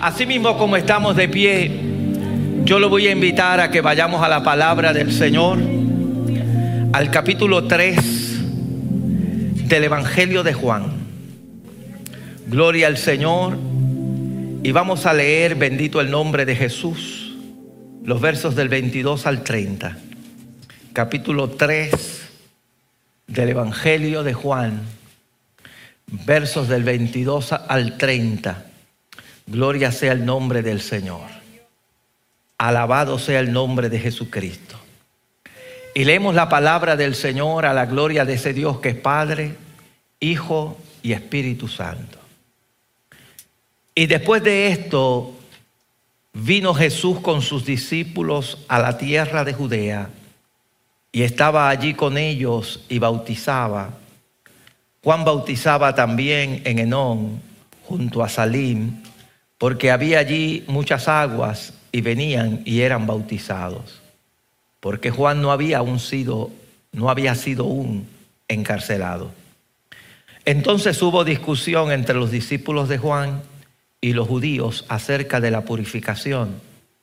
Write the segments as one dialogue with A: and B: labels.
A: Asimismo, como estamos de pie, yo lo voy a invitar a que vayamos a la palabra del Señor, al capítulo 3 del Evangelio de Juan. Gloria al Señor. Y vamos a leer, bendito el nombre de Jesús, los versos del 22 al 30. Capítulo 3 del Evangelio de Juan, versos del 22 al 30. Gloria sea el nombre del Señor. Alabado sea el nombre de Jesucristo. Y leemos la palabra del Señor a la gloria de ese Dios que es Padre, Hijo y Espíritu Santo. Y después de esto, vino Jesús con sus discípulos a la tierra de Judea y estaba allí con ellos y bautizaba. Juan bautizaba también en Enón, junto a Salim, porque había allí muchas aguas y venían y eran bautizados. Porque Juan no había sido aún encarcelado. Entonces hubo discusión entre los discípulos de Juan y los judíos acerca de la purificación.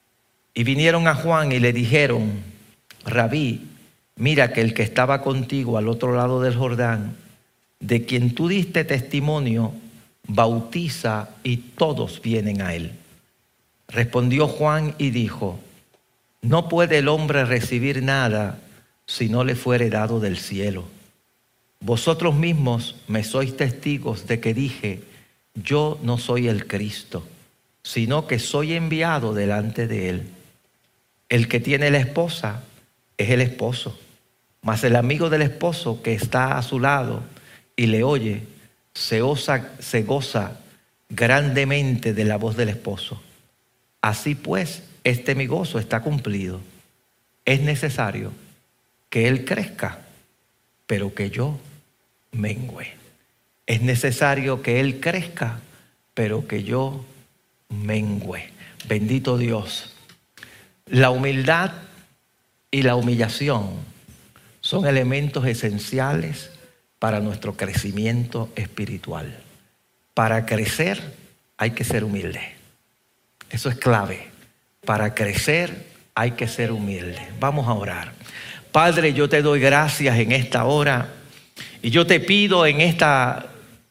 A: Y vinieron a Juan y le dijeron: Rabí, mira que el que estaba contigo al otro lado del Jordán, de quien tú diste testimonio, bautiza y todos vienen a él. Respondió Juan y dijo: no puede el hombre recibir nada si no le fuere dado del cielo. Vosotros mismos me sois testigos de que dije: yo no soy el Cristo, sino que soy enviado delante de él. El que tiene la esposa es el esposo, mas el amigo del esposo que está a su lado y le oye, se goza grandemente de la voz del esposo. Así pues, mi gozo está cumplido. Es necesario que él crezca, pero que yo mengüe. Es necesario que él crezca, pero que yo mengüe. Bendito Dios. La humildad y la humillación son elementos esenciales para nuestro crecimiento espiritual. Para crecer hay que ser humilde. Eso es clave. Para crecer hay que ser humilde. Vamos a orar. Padre, yo te doy gracias en esta hora y yo te pido en esta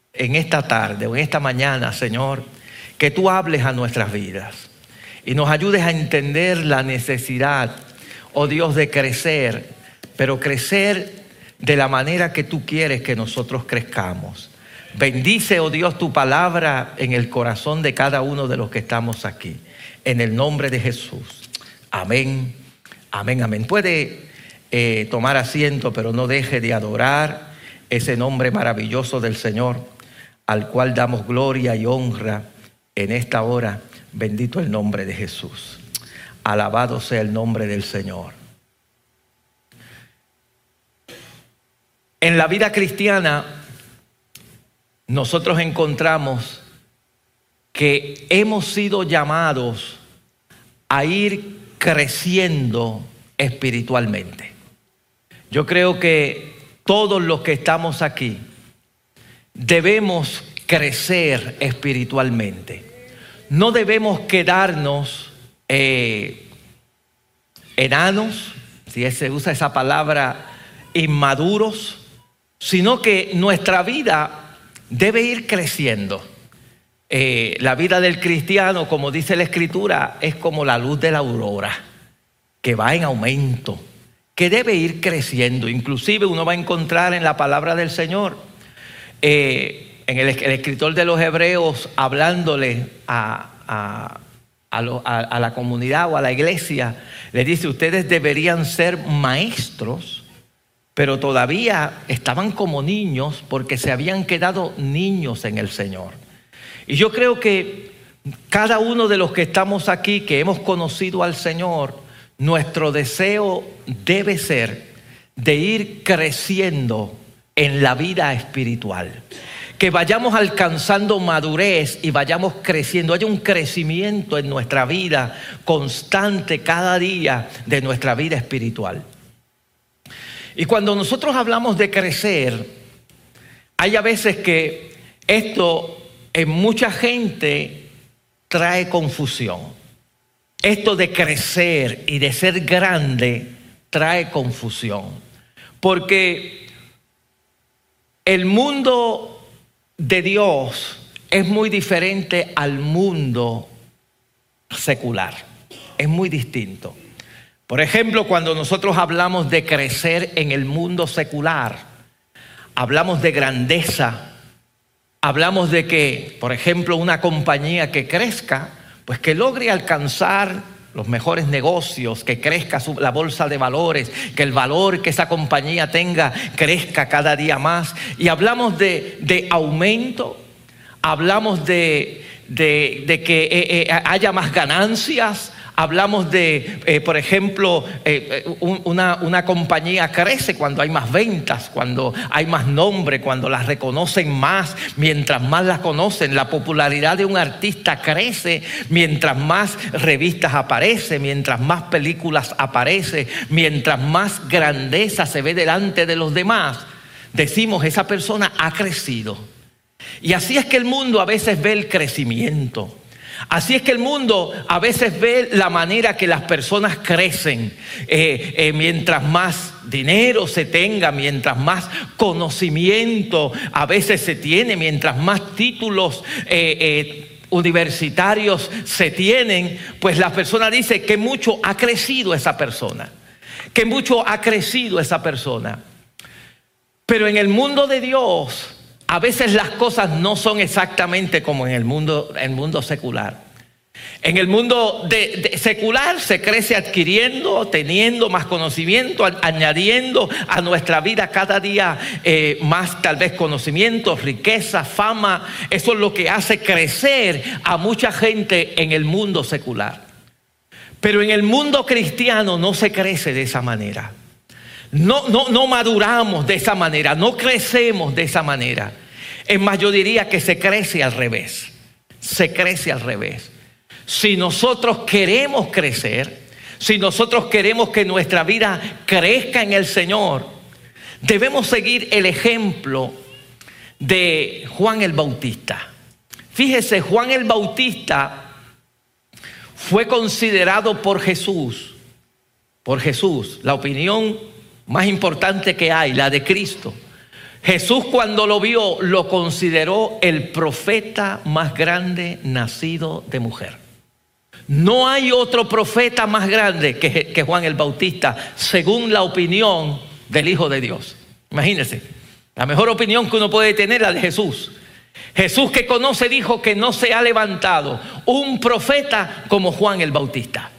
A: tarde o en esta mañana, Señor, que tú hables a nuestras vidas y nos ayudes a entender la necesidad, oh Dios, de crecer, pero crecer de la manera que tú quieres que nosotros crezcamos. Bendice, oh Dios, tu palabra en el corazón de cada uno de los que estamos aquí. En el nombre de Jesús. Amén, amén, amén. Puede tomar asiento, pero no deje de adorar ese nombre maravilloso del Señor, al cual damos gloria y honra en esta hora. Bendito el nombre de Jesús. Alabado sea el nombre del Señor. En la vida cristiana, nosotros encontramos que hemos sido llamados a ir creciendo espiritualmente. Yo creo que todos los que estamos aquí debemos crecer espiritualmente. No debemos quedarnos enanos, si se usa esa palabra, inmaduros, sino que nuestra vida debe ir creciendo. La vida del cristiano, como dice la Escritura, es como la luz de la aurora, que va en aumento, que debe ir creciendo. Inclusive uno va a encontrar en la palabra del Señor, en el escritor de los Hebreos, hablándole a la comunidad o a la iglesia, le dice: ustedes deberían ser maestros, pero todavía estaban como niños porque se habían quedado niños en el Señor. Y yo creo que cada uno de los que estamos aquí, que hemos conocido al Señor, nuestro deseo debe ser de ir creciendo en la vida espiritual. Que vayamos alcanzando madurez y vayamos creciendo. Haya un crecimiento en nuestra vida constante cada día de nuestra vida espiritual. Y cuando nosotros hablamos de crecer, hay a veces que esto en mucha gente trae confusión. Esto de crecer y de ser grande trae confusión. Porque el mundo de Dios es muy diferente al mundo secular. Es muy distinto. Por ejemplo, cuando nosotros hablamos de crecer en el mundo secular, hablamos de grandeza, hablamos de que, por ejemplo, una compañía que crezca, pues que logre alcanzar los mejores negocios, que crezca la bolsa de valores, que el valor que esa compañía tenga crezca cada día más. Y hablamos de aumento, hablamos de que haya más ganancias. Hablamos de, por ejemplo, una compañía crece cuando hay más ventas, cuando hay más nombre, cuando las reconocen más, mientras más las conocen. La popularidad de un artista crece mientras más revistas aparecen, mientras más películas aparecen, mientras más grandeza se ve delante de los demás. Decimos, esa persona ha crecido. Y así es que el mundo a veces ve el crecimiento. Así es que el mundo a veces ve la manera que las personas crecen. Mientras más dinero se tenga, mientras más conocimiento a veces se tiene, mientras más títulos universitarios se tienen, pues la persona dice que mucho ha crecido esa persona. Que mucho ha crecido esa persona. Pero en el mundo de Dios, a veces las cosas no son exactamente como en el mundo secular. En el mundo secular se crece adquiriendo, teniendo más conocimiento, añadiendo a nuestra vida cada día más tal vez conocimiento, riqueza, fama. Eso es lo que hace crecer a mucha gente en el mundo secular. Pero en el mundo cristiano no se crece de esa manera. No maduramos de esa manera, no crecemos de esa manera. Es más, yo diría que se crece al revés. Se crece al revés. Si nosotros queremos crecer, si nosotros queremos que nuestra vida crezca en el Señor, debemos seguir el ejemplo de Juan el Bautista. Fíjese, Juan el Bautista fue considerado por Jesús, la opinión más importante que hay, la de Cristo. Jesús, cuando lo vio, lo consideró el profeta más grande nacido de mujer. No hay otro profeta más grande que Juan el Bautista, según la opinión del Hijo de Dios. Imagínense, la mejor opinión que uno puede tener es la de Jesús. Jesús, que conoce, dijo que no se ha levantado un profeta como Juan el Bautista.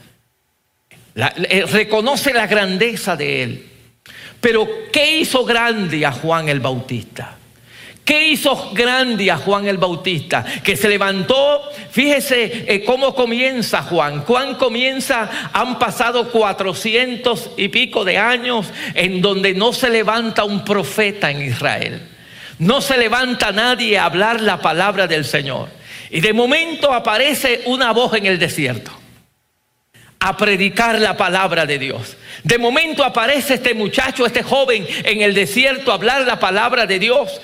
A: Reconoce la grandeza de él. Pero ¿qué hizo grande a Juan el Bautista? ¿Qué hizo grande a Juan el Bautista? Que se levantó, fíjese cómo comienza Juan. Juan comienza, han pasado 400 y pico de años en donde no se levanta un profeta en Israel. No se levanta nadie a hablar la palabra del Señor. Y de momento aparece una voz en el desierto a predicar la palabra de Dios. De momento aparece este muchacho, este joven en el desierto a hablar la palabra de Dios.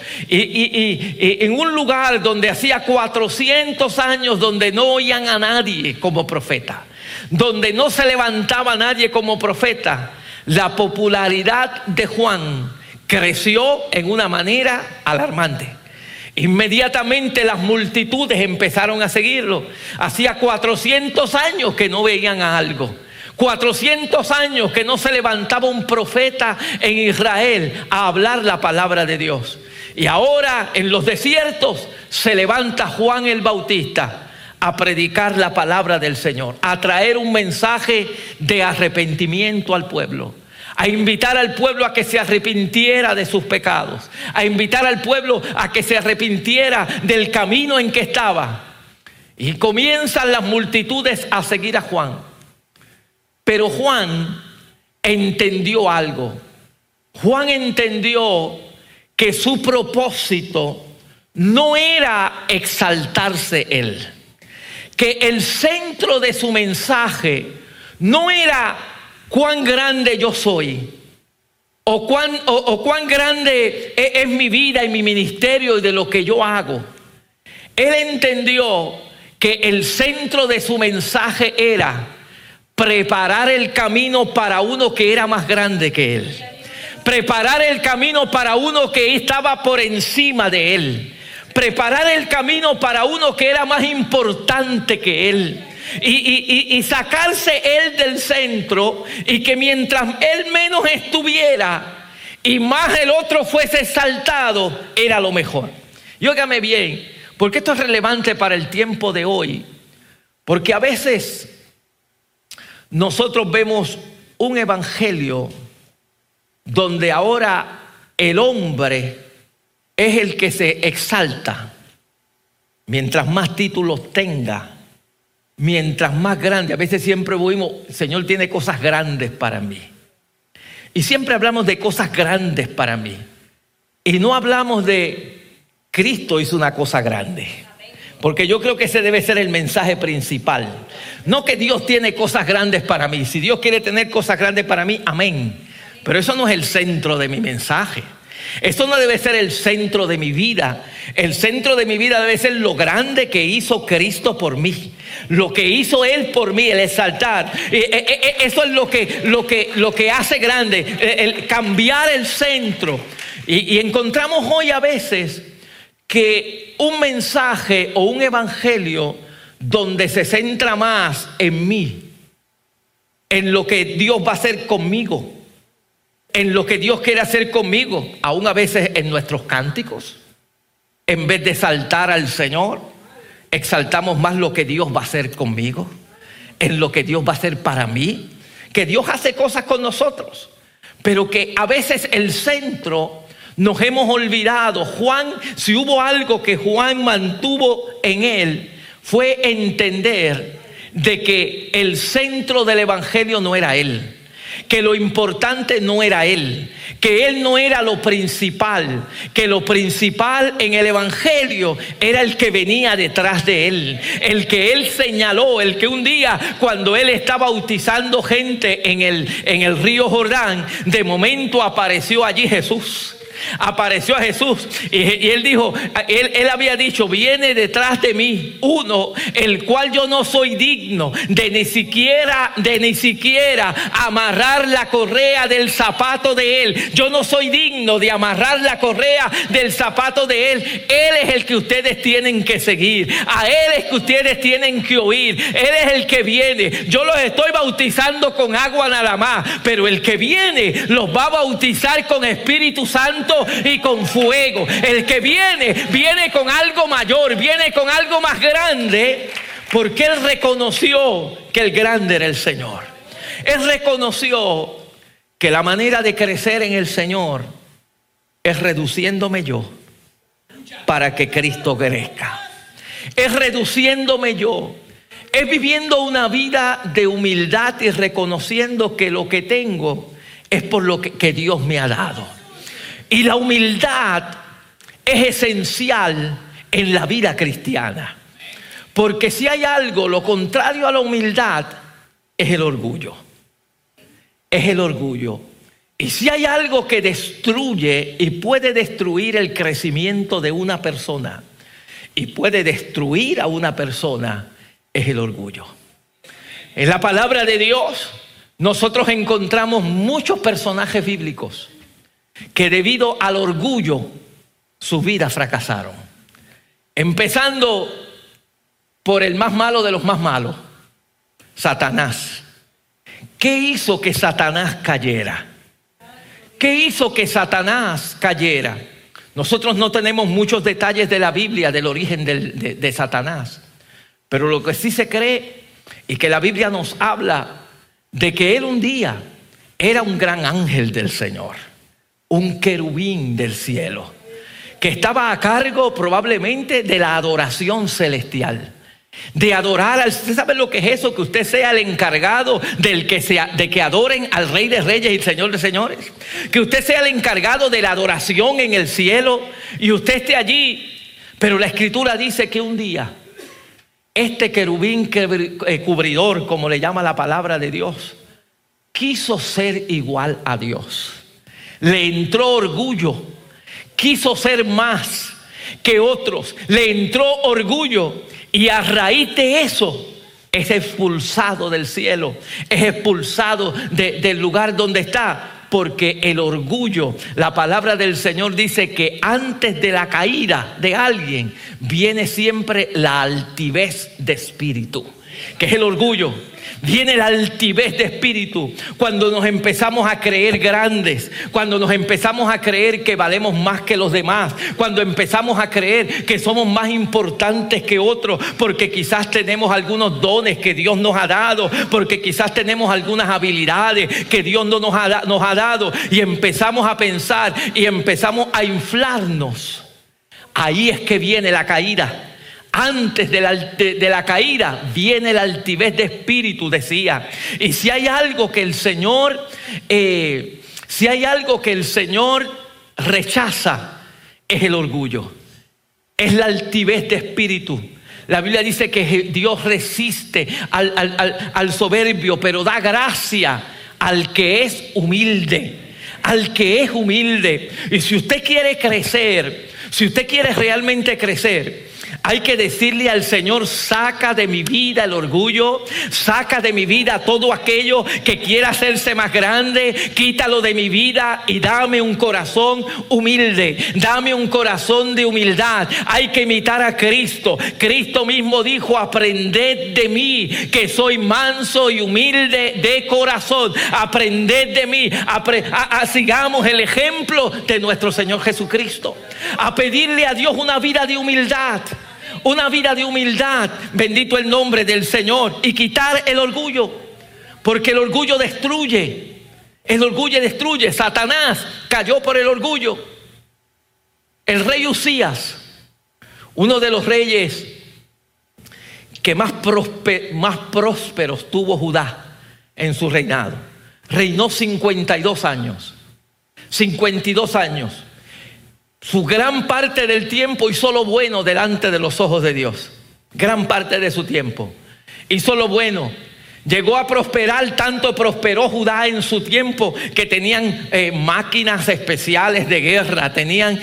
A: Y en un lugar donde hacía 400 años donde no oían a nadie como profeta, donde no se levantaba nadie como profeta, la popularidad de Juan creció en una manera alarmante. Inmediatamente las multitudes empezaron a seguirlo. Hacía 400 años que no veían a algo. 400 años que no se levantaba un profeta en Israel a hablar la palabra de Dios. Y ahora en los desiertos se levanta Juan el Bautista a predicar la palabra del Señor, a traer un mensaje de arrepentimiento al pueblo, a invitar al pueblo a que se arrepintiera de sus pecados, a invitar al pueblo a que se arrepintiera del camino en que estaba. Y comienzan las multitudes a seguir a Juan. Pero Juan entendió algo. Juan entendió que su propósito no era exaltarse él, que el centro de su mensaje no era cuán grande yo soy, o cuán grande es mi vida y mi ministerio y de lo que yo hago. Él entendió que el centro de su mensaje era preparar el camino para uno que era más grande que él. Preparar el camino para uno que estaba por encima de él. Preparar el camino para uno que era más importante que él. Y sacarse él del centro, y que mientras él menos estuviera y más el otro fuese exaltado, era lo mejor. Y óigame bien, porque esto es relevante para el tiempo de hoy. Porque a veces nosotros vemos un evangelio donde ahora el hombre es el que se exalta. Mientras más títulos tenga, mientras más grande. A veces siempre oímos: el Señor tiene cosas grandes para mí. Y siempre hablamos de cosas grandes para mí. Y no hablamos de Cristo hizo una cosa grande. Porque yo creo que ese debe ser el mensaje principal. No que Dios tiene cosas grandes para mí. Si Dios quiere tener cosas grandes para mí, amén. Pero eso no es el centro de mi mensaje. Eso no debe ser el centro de mi vida. El centro de mi vida debe ser lo grande que hizo Cristo por mí. Lo que hizo Él por mí, el exaltar. Eso es lo que hace grande, el cambiar el centro. Y encontramos hoy a veces que un mensaje o un evangelio donde se centra más en mí, en lo que Dios va a hacer conmigo, en lo que Dios quiere hacer conmigo, aún a veces en nuestros cánticos. En vez de exaltar al Señor, exaltamos más lo que Dios va a hacer conmigo, en lo que Dios va a hacer para mí. Que Dios hace cosas con nosotros, pero que a veces el centro nos hemos olvidado. Juan, si hubo algo que Juan mantuvo en él, fue entender de que el centro del evangelio no era él. Que lo importante no era él, que él no era lo principal, que lo principal en el evangelio era el que venía detrás de él, el que él señaló, el que un día cuando él estaba bautizando gente en el río Jordán, de momento apareció allí Jesús. Apareció a Jesús y él dijo, él había dicho: viene detrás de mí uno el cual yo no soy digno de ni siquiera amarrar la correa del zapato de él. Yo no soy digno de amarrar la correa del zapato de él. Él es el que ustedes tienen que seguir, a él es que ustedes tienen que oír. Él es el que viene. Yo los estoy bautizando con agua nada más, pero el que viene los va a bautizar con Espíritu Santo y con fuego. El que viene con algo mayor, viene con algo más grande, porque él reconoció que el grande era el Señor. Él reconoció que la manera de crecer en el Señor es reduciéndome yo para que Cristo crezca. Es reduciéndome yo, es viviendo una vida de humildad y reconociendo que lo que tengo es por lo que Dios me ha dado. Y la humildad es esencial en la vida cristiana. Porque si hay algo, lo contrario a la humildad, es el orgullo. Es el orgullo. Y si hay algo que destruye y puede destruir el crecimiento de una persona, y puede destruir a una persona, es el orgullo. En la palabra de Dios, nosotros encontramos muchos personajes bíblicos que debido al orgullo sus vidas fracasaron. Empezando por el más malo de los más malos, Satanás. ¿Qué hizo que Satanás cayera? ¿Qué hizo que Satanás cayera? Nosotros no tenemos muchos detalles de la Biblia del origen de Satanás, pero lo que sí se cree y que la Biblia nos habla de que él un día era un gran ángel del Señor, un querubín del cielo, que estaba a cargo probablemente de la adoración celestial, de adorar al... ¿Usted sabe lo que es eso? Que usted sea el encargado de que adoren al Rey de Reyes y Señor de Señores. Que usted sea el encargado de la adoración en el cielo y usted esté allí. Pero la Escritura dice que un día este querubín cubridor, como le llama la palabra de Dios, quiso ser igual a Dios. Le entró orgullo, quiso ser más que otros, le entró orgullo Y a raíz de eso es expulsado del cielo, es expulsado del lugar donde está. Porque el orgullo, la palabra del Señor dice que antes de la caída de alguien viene siempre la altivez de espíritu, que es el orgullo. Viene la altivez de espíritu cuando nos empezamos a creer grandes, cuando nos empezamos a creer que valemos más que los demás, cuando empezamos a creer que somos más importantes que otros, porque quizás tenemos algunos dones que Dios nos ha dado, porque quizás tenemos algunas habilidades que Dios no nos ha dado, y empezamos a pensar y empezamos a inflarnos. Ahí es que viene la caída. Antes de la caída viene la altivez de espíritu, decía. Y si hay algo que el Señor, rechaza, es el orgullo, es la altivez de espíritu. La Biblia dice que Dios resiste al soberbio, pero da gracia al que es humilde. Al que es humilde. Y si usted quiere crecer, si usted quiere realmente crecer, hay que decirle al Señor: saca de mi vida el orgullo, saca de mi vida todo aquello que quiera hacerse más grande, quítalo de mi vida y dame un corazón humilde, dame un corazón de humildad. Hay que imitar a Cristo. Cristo mismo dijo: aprended de mí, que soy manso y humilde de corazón. Aprended de mí, sigamos el ejemplo de nuestro Señor Jesucristo, a pedirle a Dios una vida de humildad. Una vida de humildad, bendito el nombre del Señor, y quitar el orgullo, porque el orgullo destruye. El orgullo destruye. Satanás cayó por el orgullo. El rey Usías, uno de los reyes que más prósperos tuvo Judá en su reinado, reinó 52 años. 52 años. Su gran parte del tiempo hizo lo bueno delante de los ojos de Dios. Gran parte de su tiempo hizo lo bueno. Llegó a prosperar, tanto prosperó Judá en su tiempo que tenían máquinas especiales de guerra, tenían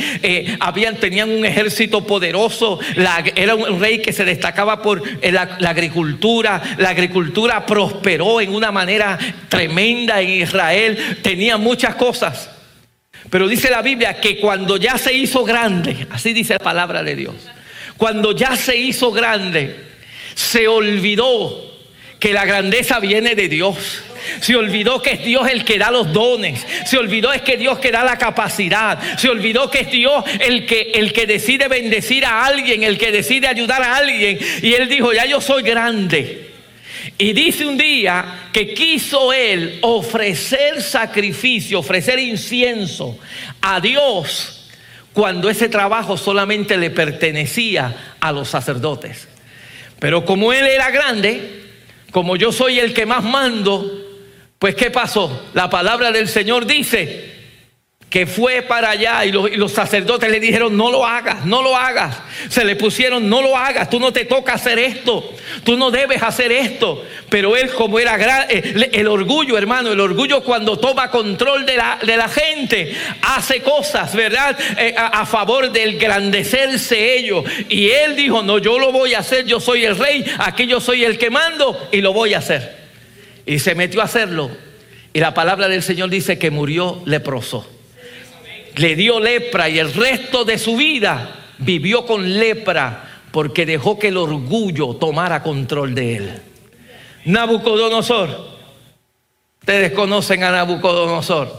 A: un ejército poderoso. Era un rey que se destacaba por la agricultura. La agricultura prosperó en una manera tremenda en Israel. Tenía muchas cosas. Pero dice la Biblia que cuando ya se hizo grande, así dice la palabra de Dios, cuando ya se hizo grande, se olvidó que la grandeza viene de Dios. Se olvidó que es Dios el que da los dones. Se olvidó es que Dios que da la capacidad. Se olvidó que es Dios el que decide bendecir a alguien, el que decide ayudar a alguien. Y él dijo: ya yo soy grande. Y dice un día que quiso él ofrecer sacrificio, ofrecer incienso a Dios, cuando ese trabajo solamente le pertenecía a los sacerdotes. Pero como él era grande, como yo soy el que más mando, pues ¿qué pasó? La palabra del Señor dice que fue para allá y los sacerdotes le dijeron: no lo hagas, no lo hagas. Se le pusieron: no lo hagas, tú no te toca hacer esto, tú no debes hacer esto. Pero él, como era el orgullo, hermano, el orgullo cuando toma control de la gente, hace cosas, ¿verdad? A favor de engrandecerse ellos. Y él dijo: no, yo lo voy a hacer, yo soy el rey, aquí yo soy el que mando y lo voy a hacer. Y se metió a hacerlo. Y la palabra del Señor dice que murió leproso. Le dio lepra y el resto de su vida vivió con lepra, porque dejó que el orgullo tomara control de él. Nabucodonosor. Ustedes conocen a Nabucodonosor,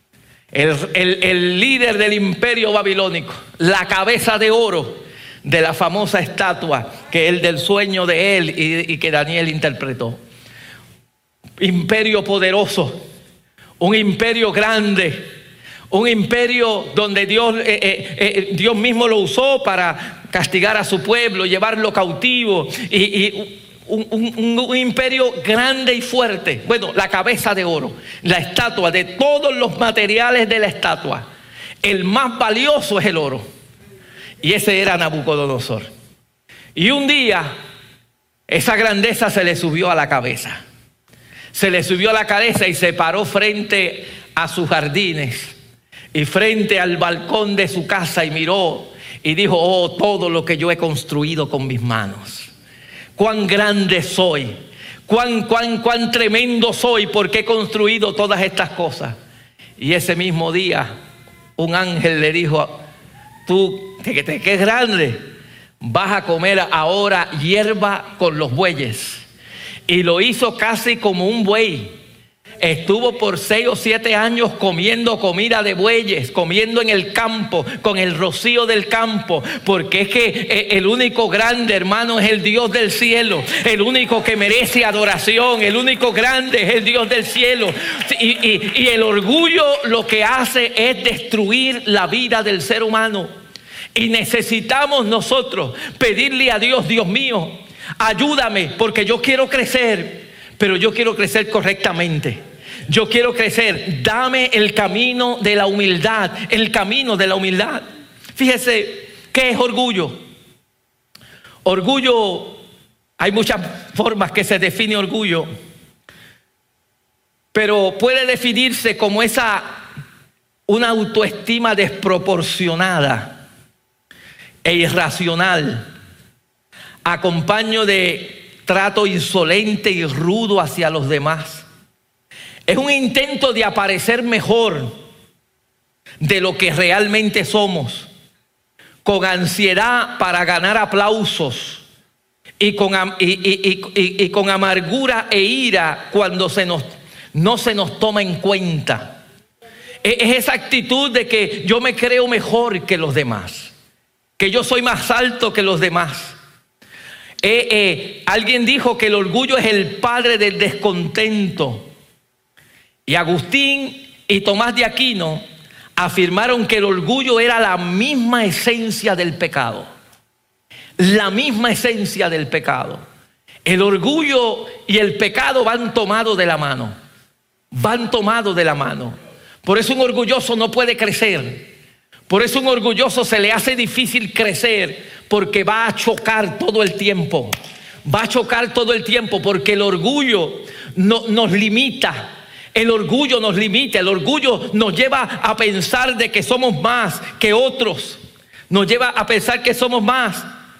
A: el líder del imperio babilónico, la cabeza de oro de la famosa estatua que es del sueño de él y que Daniel interpretó. Imperio poderoso, un imperio grande. Un imperio donde Dios mismo lo usó para castigar a su pueblo, llevarlo cautivo. Y un imperio grande y fuerte. Bueno, la cabeza de oro, la estatua, de todos los materiales de la estatua, el más valioso es el oro. Y ese era Nabucodonosor. Y un día esa grandeza se le subió a la cabeza. Se le subió a la cabeza y se paró frente a sus jardines y frente al balcón de su casa y miró y dijo: oh, todo lo que yo he construido con mis manos, cuán grande soy, cuán tremendo soy porque he construido todas estas cosas. Y ese mismo día un ángel le dijo: tú que es grande, vas a comer ahora hierba con los bueyes. Y lo hizo casi como un buey. Estuvo por 6 o 7 años comiendo comida de bueyes, comiendo en el campo, con el rocío del campo, porque es que el único grande, hermano, es el Dios del cielo. El único que merece adoración, el único grande es el Dios del cielo. Y el orgullo lo que hace es destruir la vida del ser humano. Y necesitamos nosotros pedirle a Dios: Dios mío, ayúdame, porque yo quiero crecer, pero yo quiero crecer correctamente. Yo quiero crecer. Dame el camino de la humildad. El camino de la humildad. Fíjese, ¿qué es orgullo? Orgullo, hay muchas formas que se define orgullo, pero puede definirse como una autoestima desproporcionada e irracional, acompañado de trato insolente y rudo hacia los demás. Es un intento de aparecer mejor de lo que realmente somos, con ansiedad para ganar aplausos y con amargura e ira cuando no se nos toma en cuenta. Es esa actitud de que yo me creo mejor que los demás, que yo soy más alto que los demás. Alguien dijo que el orgullo es el padre del descontento. Y Agustín y Tomás de Aquino afirmaron que el orgullo era la misma esencia del pecado. La misma esencia del pecado. El orgullo y el pecado van tomados de la mano. Van tomados de la mano. Por eso un orgulloso no puede crecer. Por eso un orgulloso se le hace difícil crecer, porque va a chocar todo el tiempo. Va a chocar todo el tiempo porque el orgullo nos limita. El orgullo nos limita. El orgullo nos lleva a pensar de que somos más que otros. Nos lleva a pensar que somos más.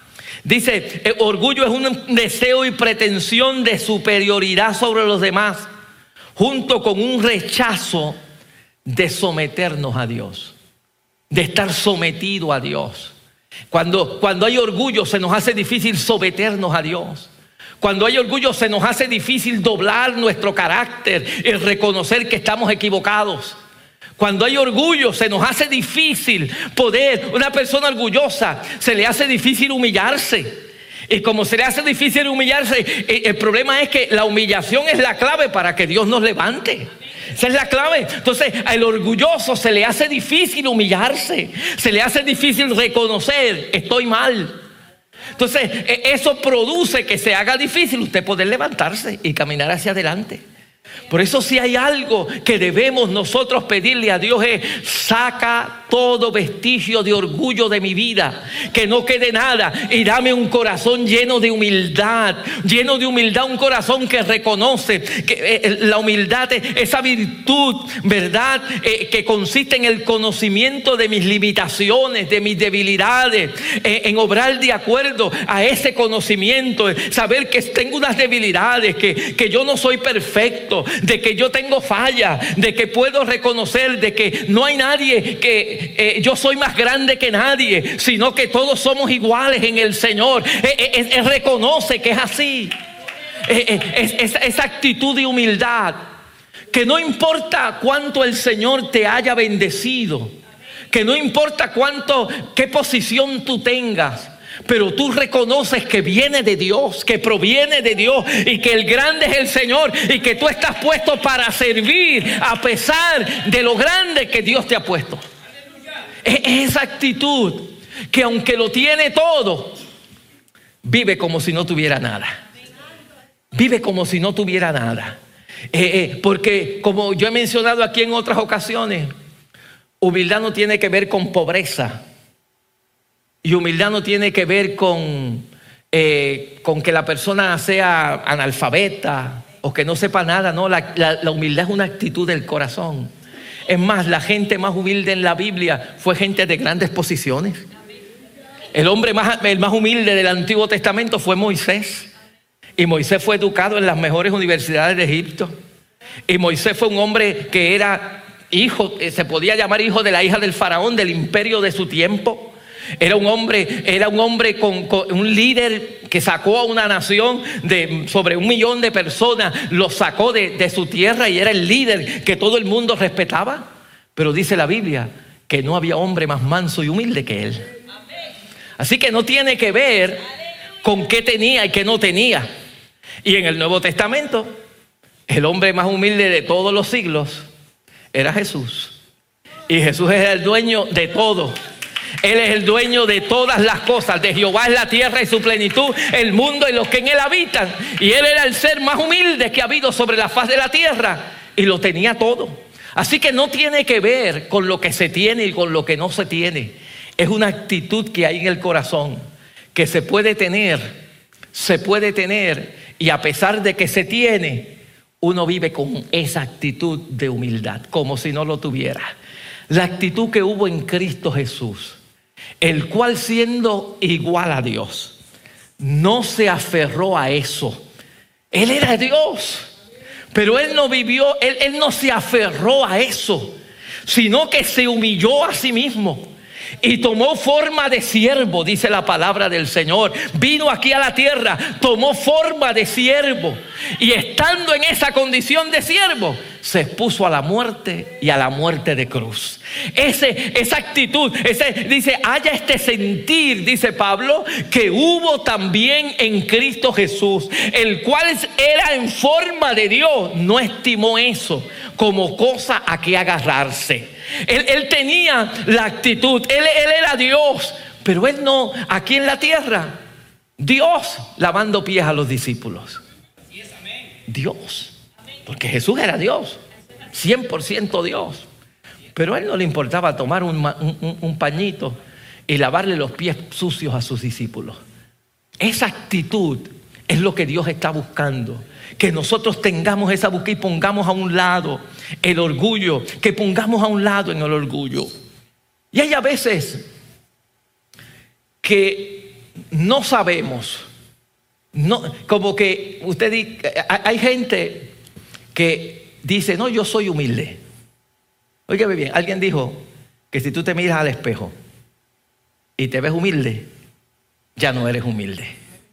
A: Dice, el orgullo es un deseo y pretensión de superioridad sobre los demás, junto con un rechazo de someternos a Dios, de estar sometido a Dios. Cuando hay orgullo se nos hace difícil someternos a Dios. Cuando hay orgullo se nos hace difícil doblar nuestro carácter y reconocer que estamos equivocados. Cuando hay orgullo se nos hace difícil una persona orgullosa se le hace difícil humillarse. Y como se le hace difícil humillarse, el problema es que la humillación es la clave para que Dios nos levante. Esa es la clave. Entonces al orgulloso se le hace difícil humillarse, se le hace difícil reconocer: estoy mal. Entonces eso produce que se haga difícil usted poder levantarse y caminar hacia adelante. Por eso, si hay algo que debemos nosotros pedirle a Dios, es: saca todo vestigio de orgullo de mi vida, que no quede nada, y dame un corazón lleno de humildad, un corazón que reconoce que la humildad es esa virtud, ¿verdad? Que consiste en el conocimiento de mis limitaciones, de mis debilidades, en obrar de acuerdo a ese conocimiento, saber que tengo unas debilidades, que yo no soy perfecto, de que yo tengo fallas, de que puedo reconocer de que no hay nadie, que yo soy más grande que nadie, sino que todos somos iguales en el Señor. Reconoce que es así. Esa actitud de humildad, que no importa cuánto el Señor te haya bendecido, que no importa qué posición tú tengas, pero tú reconoces que viene de Dios, que proviene de Dios, y que el grande es el Señor, y que tú estás puesto para servir a pesar de lo grande que Dios te ha puesto. Es esa actitud que, aunque lo tiene todo, vive como si no tuviera nada. Vive como si no tuviera nada. Porque, como yo he mencionado aquí en otras ocasiones, humildad no tiene que ver con pobreza. Y humildad no tiene que ver con que la persona sea analfabeta o que no sepa nada. No, la humildad es una actitud del corazón. Es más, la gente más humilde en la Biblia fue gente de grandes posiciones. El hombre el más humilde del Antiguo Testamento fue Moisés. Y Moisés fue educado en las mejores universidades de Egipto. Y Moisés fue un hombre que era hijo, se podía llamar hijo de la hija del faraón, del imperio de su tiempo. Era un hombre con un líder que sacó a una nación de sobre 1 millón de personas, los sacó de su tierra y era el líder que todo el mundo respetaba. Pero dice la Biblia que no había hombre más manso y humilde que él. Así que no tiene que ver con qué tenía y qué no tenía. Y en el Nuevo Testamento, el hombre más humilde de todos los siglos era Jesús. Y Jesús es el dueño de todo. Él es el dueño de todas las cosas. De Jehová es la tierra y su plenitud, el mundo y los que en él habitan. Y él era el ser más humilde que ha habido sobre la faz de la tierra. Y lo tenía todo. Así que no tiene que ver con lo que se tiene y con lo que no se tiene. Es una actitud que hay en el corazón, que se puede tener. Y a pesar de que se tiene, uno vive con esa actitud de humildad, como si no lo tuviera. La actitud que hubo en Cristo Jesús, el cual siendo igual a Dios, no se aferró a eso. Él era Dios, pero él no vivió, él no se aferró a eso, sino que se humilló a sí mismo. Y tomó forma de siervo, dice la palabra del Señor. Vino aquí a la tierra, tomó forma de siervo. Y estando en esa condición de siervo, se expuso a la muerte y a la muerte de cruz. Esa actitud, dice, haya este sentir, dice Pablo, que hubo también en Cristo Jesús, el cual era en forma de Dios, no estimó eso como cosa a que agarrarse. Él tenía la actitud, él era Dios, pero él no, aquí en la tierra, Dios lavando pies a los discípulos. Dios, porque Jesús era Dios, 100% Dios, pero a él no le importaba tomar un pañito y lavarle los pies sucios a sus discípulos. Esa actitud es lo que Dios está buscando. Que nosotros tengamos esa búsqueda y pongamos a un lado el orgullo, que pongamos a un lado en el orgullo. Y hay a veces que no sabemos, como que hay gente que dice, no, yo soy humilde. Óigame bien, alguien dijo que si tú te miras al espejo y te ves humilde, ya no eres humilde.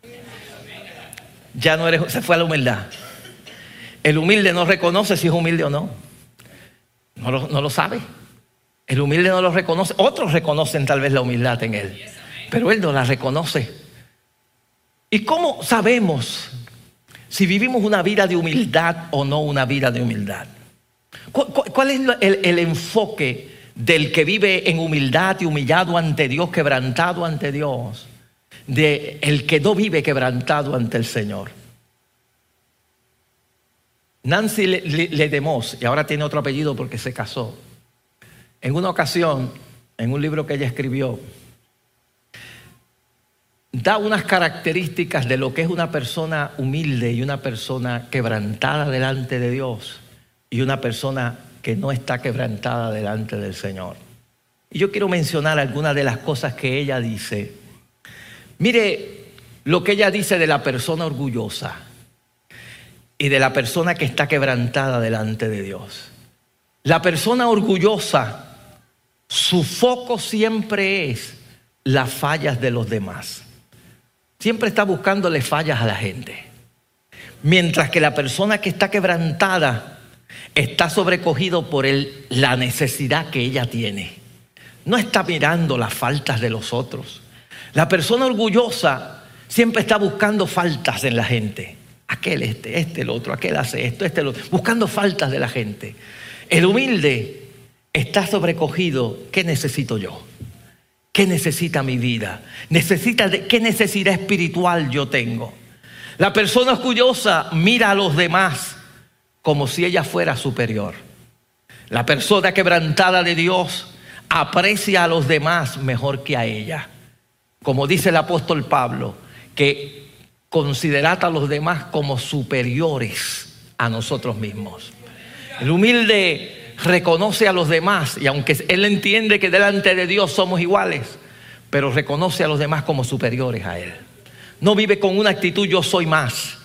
A: Ya no eres, se fue a la humildad. El humilde no reconoce si es humilde o no. No lo sabe. El humilde no lo reconoce. Otros reconocen tal vez la humildad en él, pero él no la reconoce. ¿Y cómo sabemos si vivimos una vida de humildad o no una vida de humildad? ¿Cuál es el enfoque del que vive en humildad y humillado ante Dios, quebrantado ante Dios, de el que no vive quebrantado ante el Señor? Nancy Ledemos, y ahora tiene otro apellido porque se casó, en una ocasión, en un libro que ella escribió, da unas características de lo que es una persona humilde y una persona quebrantada delante de Dios y una persona que no está quebrantada delante del Señor. Y yo quiero mencionar algunas de las cosas que ella dice. Mire lo que ella dice de la persona orgullosa y de la persona que está quebrantada delante de Dios. La persona orgullosa, su foco siempre es las fallas de los demás. Siempre está buscándole fallas a la gente. Mientras que la persona que está quebrantada está sobrecogido por la necesidad que ella tiene. No está mirando las faltas de los otros. La persona orgullosa siempre está buscando faltas en la gente. Aquel el otro, aquel hace esto, el otro, buscando faltas de la gente. El humilde está sobrecogido. ¿Qué necesito yo? ¿Qué necesita mi vida? ¿Qué necesidad espiritual yo tengo? La persona orgullosa mira a los demás como si ella fuera superior. La persona quebrantada de Dios aprecia a los demás mejor que a ella. Como dice el apóstol Pablo, que considerad a los demás como superiores a nosotros mismos. El humilde reconoce a los demás y aunque él entiende que delante de Dios somos iguales, pero reconoce a los demás como superiores a él. No vive con una actitud yo soy más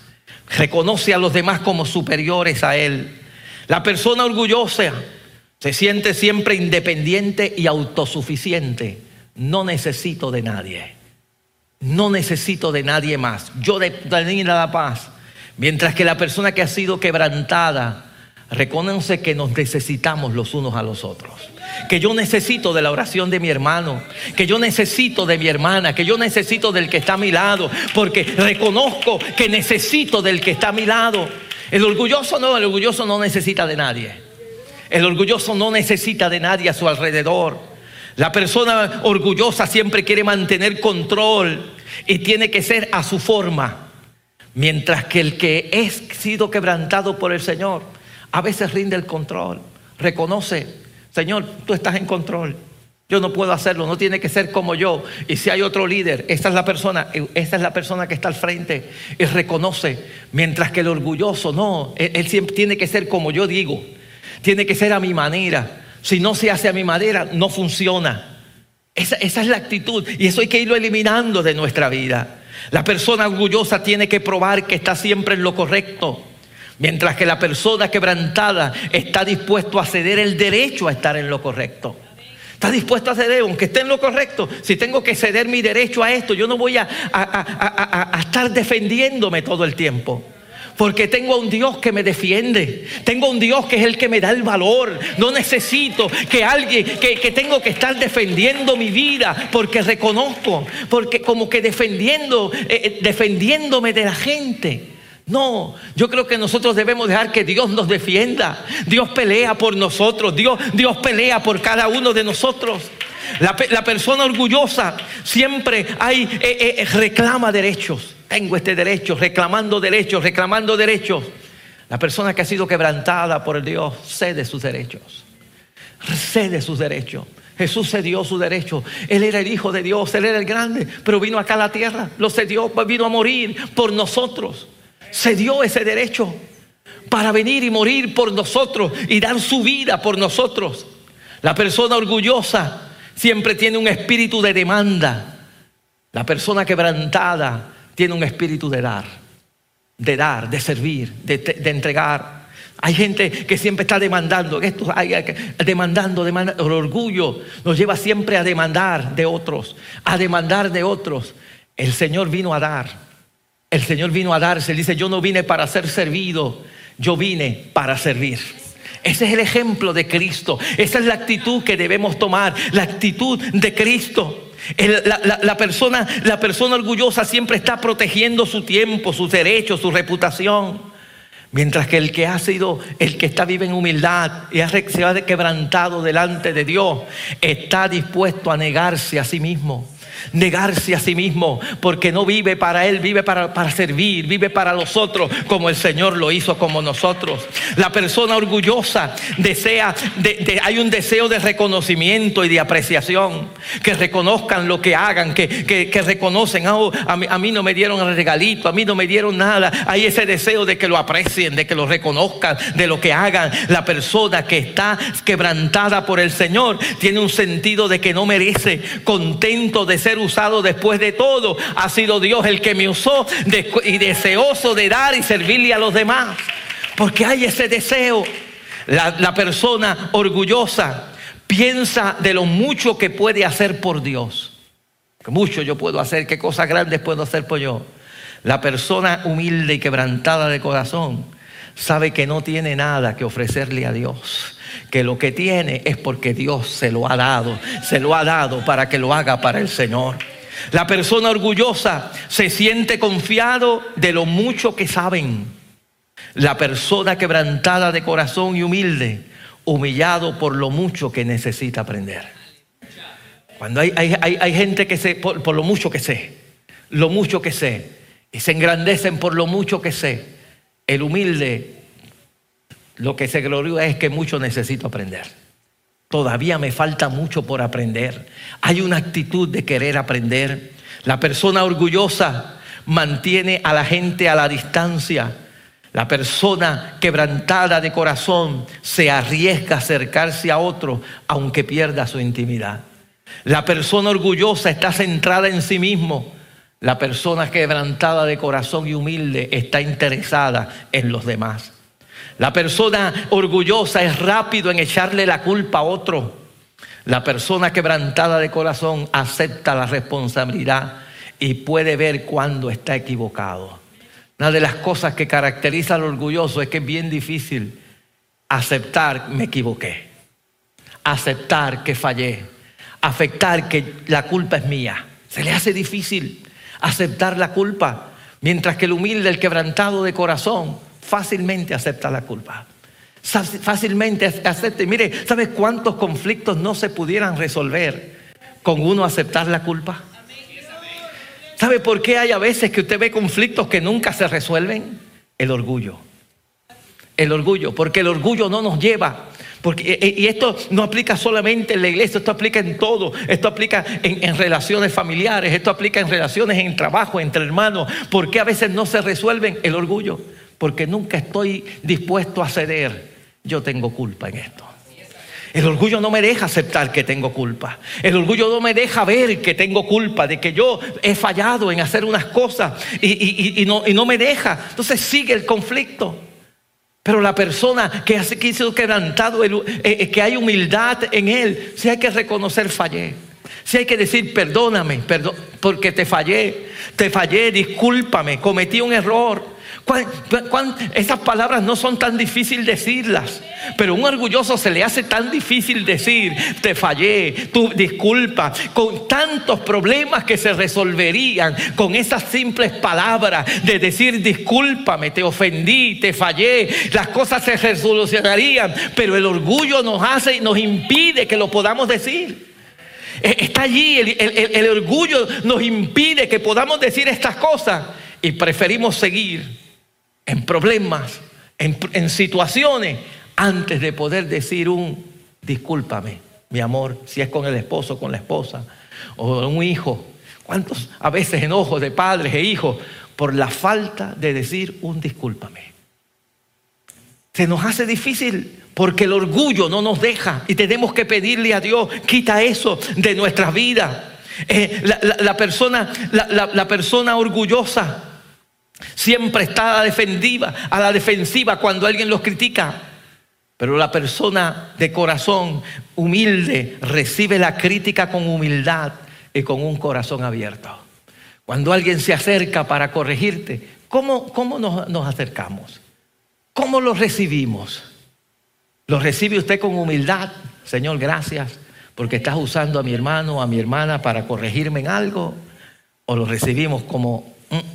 A: reconoce a los demás como superiores a él. La persona orgullosa se siente siempre independiente y autosuficiente. No necesito de nadie. No necesito de nadie más. Yo de la paz. Mientras que la persona que ha sido quebrantada reconoce que nos necesitamos los unos a los otros. Que yo necesito de la oración de mi hermano, que yo necesito de mi hermana, que yo necesito del que está a mi lado, porque reconozco que necesito del que está a mi lado. El orgulloso no necesita de nadie. El orgulloso no necesita de nadie a su alrededor. La persona orgullosa siempre quiere mantener control y tiene que ser a su forma. Mientras que el que es sido quebrantado por el Señor, a veces rinde el control, reconoce: Señor, tú estás en control. Yo no puedo hacerlo, no tiene que ser como yo. Y si hay otro líder, esta es la persona que está al frente y reconoce. Mientras que el orgulloso no, él siempre tiene que ser como yo digo, tiene que ser a mi manera. Si no se hace a mi manera, no funciona. Esa es la actitud, y eso hay que irlo eliminando de nuestra vida. La persona orgullosa tiene que probar que está siempre en lo correcto, mientras que la persona quebrantada está dispuesto a ceder el derecho a estar en lo correcto. Está dispuesto a ceder, aunque esté en lo correcto. Si tengo que ceder mi derecho a esto, yo no voy a estar defendiéndome todo el tiempo. Porque tengo a un Dios que me defiende. Tengo a un Dios que es el que me da el valor. No necesito que alguien, que tengo que estar defendiendo mi vida, porque reconozco, porque como que defendiéndome de la gente. No, yo creo que nosotros debemos dejar que Dios nos defienda. Dios pelea por nosotros. Dios pelea por cada uno de nosotros. La persona orgullosa siempre reclama derechos. Tengo este derecho, reclamando derechos. La persona que ha sido quebrantada por el Dios cede sus derechos. Jesús cedió su derecho. Él era el Hijo de Dios, Él era el grande, pero vino acá a la tierra, lo cedió, vino a morir por nosotros. Cedió ese derecho para venir y morir por nosotros y dar su vida por nosotros. La persona orgullosa siempre tiene un espíritu de demanda. La persona quebrantada tiene un espíritu de dar, de servir, de entregar. Hay gente que siempre está demandando. Demandando. El orgullo nos lleva siempre a demandar de otros. El Señor vino a dar. El Señor vino a darse. Él dice: yo no vine para ser servido, yo vine para servir. Ese es el ejemplo de Cristo. Esa es la actitud que debemos tomar, la actitud de Cristo. La persona orgullosa siempre está protegiendo su tiempo, sus derechos, su reputación. Mientras que el que vive en humildad y se ha quebrantado delante de Dios, está dispuesto a negarse a sí mismo. Porque no vive para él, vive para servir, vive para los otros, como el Señor lo hizo como nosotros. La persona orgullosa hay un deseo de reconocimiento y de apreciación, que reconozcan lo que hagan, que reconocen: a mí no me dieron el regalito, a mí no me dieron nada. Hay ese deseo de que lo aprecien, de que lo reconozcan, de lo que hagan. La persona que está quebrantada por el Señor tiene un sentido de que no merece, contento de ser usado después de todo. Ha sido Dios el que me usó y deseoso de dar y servirle a los demás, porque hay ese deseo. La persona orgullosa piensa de lo mucho que puede hacer por Dios. Que mucho yo puedo hacer, qué cosas grandes puedo hacer por yo. La persona humilde y quebrantada de corazón sabe que no tiene nada que ofrecerle a Dios, que lo que tiene es porque Dios se lo ha dado para que lo haga para el Señor. La persona orgullosa se siente confiado de lo mucho que saben. La persona quebrantada de corazón y humilde, humillado por lo mucho que necesita aprender. Cuando hay gente que por lo mucho que sé, y se engrandecen por lo mucho que sé, el humilde lo que se gloria es que mucho necesito aprender. Todavía me falta mucho por aprender. Hay una actitud de querer aprender. La persona orgullosa mantiene a la gente a la distancia. La persona quebrantada de corazón se arriesga a acercarse a otro aunque pierda su intimidad. La persona orgullosa está centrada en sí mismo. La persona quebrantada de corazón y humilde está interesada en los demás. La persona orgullosa es rápido en echarle la culpa a otro. La persona quebrantada de corazón acepta la responsabilidad y puede ver cuando está equivocado. Una de las cosas que caracteriza al orgulloso es que es bien difícil aceptar me equivoqué, aceptar que fallé, aceptar que la culpa es mía. Se le hace difícil aceptar la culpa, mientras que el humilde, el quebrantado de corazón, fácilmente acepta la culpa. Fácilmente acepta. Y mire, ¿sabes cuántos conflictos no se pudieran resolver con uno aceptar la culpa? ¿Sabe por qué hay a veces que usted ve conflictos que nunca se resuelven? El orgullo. El orgullo, porque el orgullo no nos lleva. Y esto no aplica solamente en la iglesia, esto aplica en todo. Esto aplica en relaciones familiares, esto aplica en relaciones en trabajo, entre hermanos. ¿Por qué a veces no se resuelven? El orgullo. Porque nunca estoy dispuesto a ceder. Yo tengo culpa en esto. El orgullo no me deja aceptar que tengo culpa. El orgullo no me deja ver que tengo culpa, de que yo he fallado en hacer unas cosas y no me deja. Entonces sigue el conflicto. Pero la persona que ha sido quebrantado, que hay humildad en él, si hay que reconocer fallé. Si hay que decir perdóname, porque te fallé, discúlpame, cometí un error. Esas palabras no son tan difíciles decirlas, pero a un orgulloso se le hace tan difícil decir te fallé, tú disculpa, con tantos problemas que se resolverían con esas simples palabras de decir discúlpame, te ofendí, te fallé, las cosas se resolucionarían, pero el orgullo nos impide que lo podamos decir. Está allí, el orgullo nos impide que podamos decir estas cosas y preferimos seguir en problemas, en situaciones, antes de poder decir discúlpame, mi amor, si es con el esposo, con la esposa, o un hijo. ¿Cuántos a veces enojos de padres e hijos por la falta de decir discúlpame? Se nos hace difícil porque el orgullo no nos deja y tenemos que pedirle a Dios, quita eso de nuestras vidas. La persona orgullosa siempre está a la defensiva cuando alguien los critica. Pero la persona de corazón humilde recibe la crítica con humildad y con un corazón abierto. Cuando alguien se acerca para corregirte, ¿cómo nos acercamos? ¿Cómo lo recibimos? ¿Lo recibe usted con humildad? Señor, gracias porque estás usando a mi hermano o a mi hermana para corregirme en algo. ¿O lo recibimos como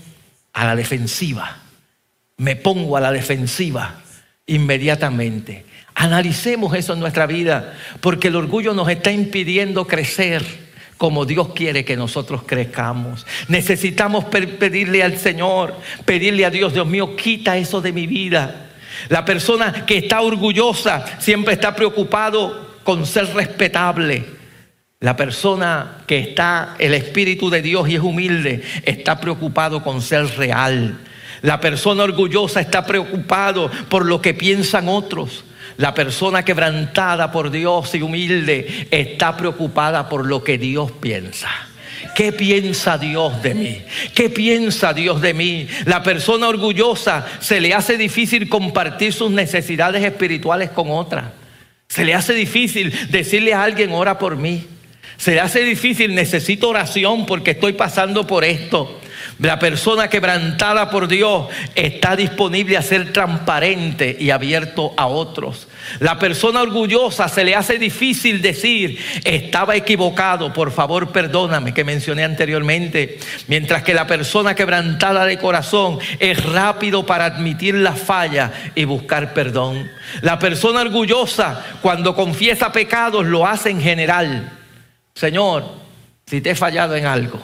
A: a la defensiva? Me pongo a la defensiva inmediatamente. Analicemos eso en nuestra vida, porque el orgullo nos está impidiendo crecer como Dios quiere que nosotros crezcamos. Necesitamos pedirle al Señor, pedirle a Dios, Dios mío, quita eso de mi vida. La persona que está orgullosa siempre está preocupado con ser respetable. La persona que está el Espíritu de Dios y es humilde está preocupado con ser real. La persona orgullosa está preocupado por lo que piensan otros. La persona quebrantada por Dios y humilde está preocupada por lo que Dios piensa. ¿Qué piensa Dios de mí? ¿Qué piensa Dios de mí? La persona orgullosa se le hace difícil compartir sus necesidades espirituales con otra. Se le hace difícil decirle a alguien, ora por mí. Se le hace difícil, necesito oración porque estoy pasando por esto. La persona quebrantada por Dios está disponible a ser transparente y abierto a otros. La persona orgullosa se le hace difícil decir, estaba equivocado, por favor perdóname, que mencioné anteriormente. Mientras que la persona quebrantada de corazón es rápido para admitir la falla y buscar perdón. La persona orgullosa, cuando confiesa pecados, lo hace en general. Señor, si te he fallado en algo,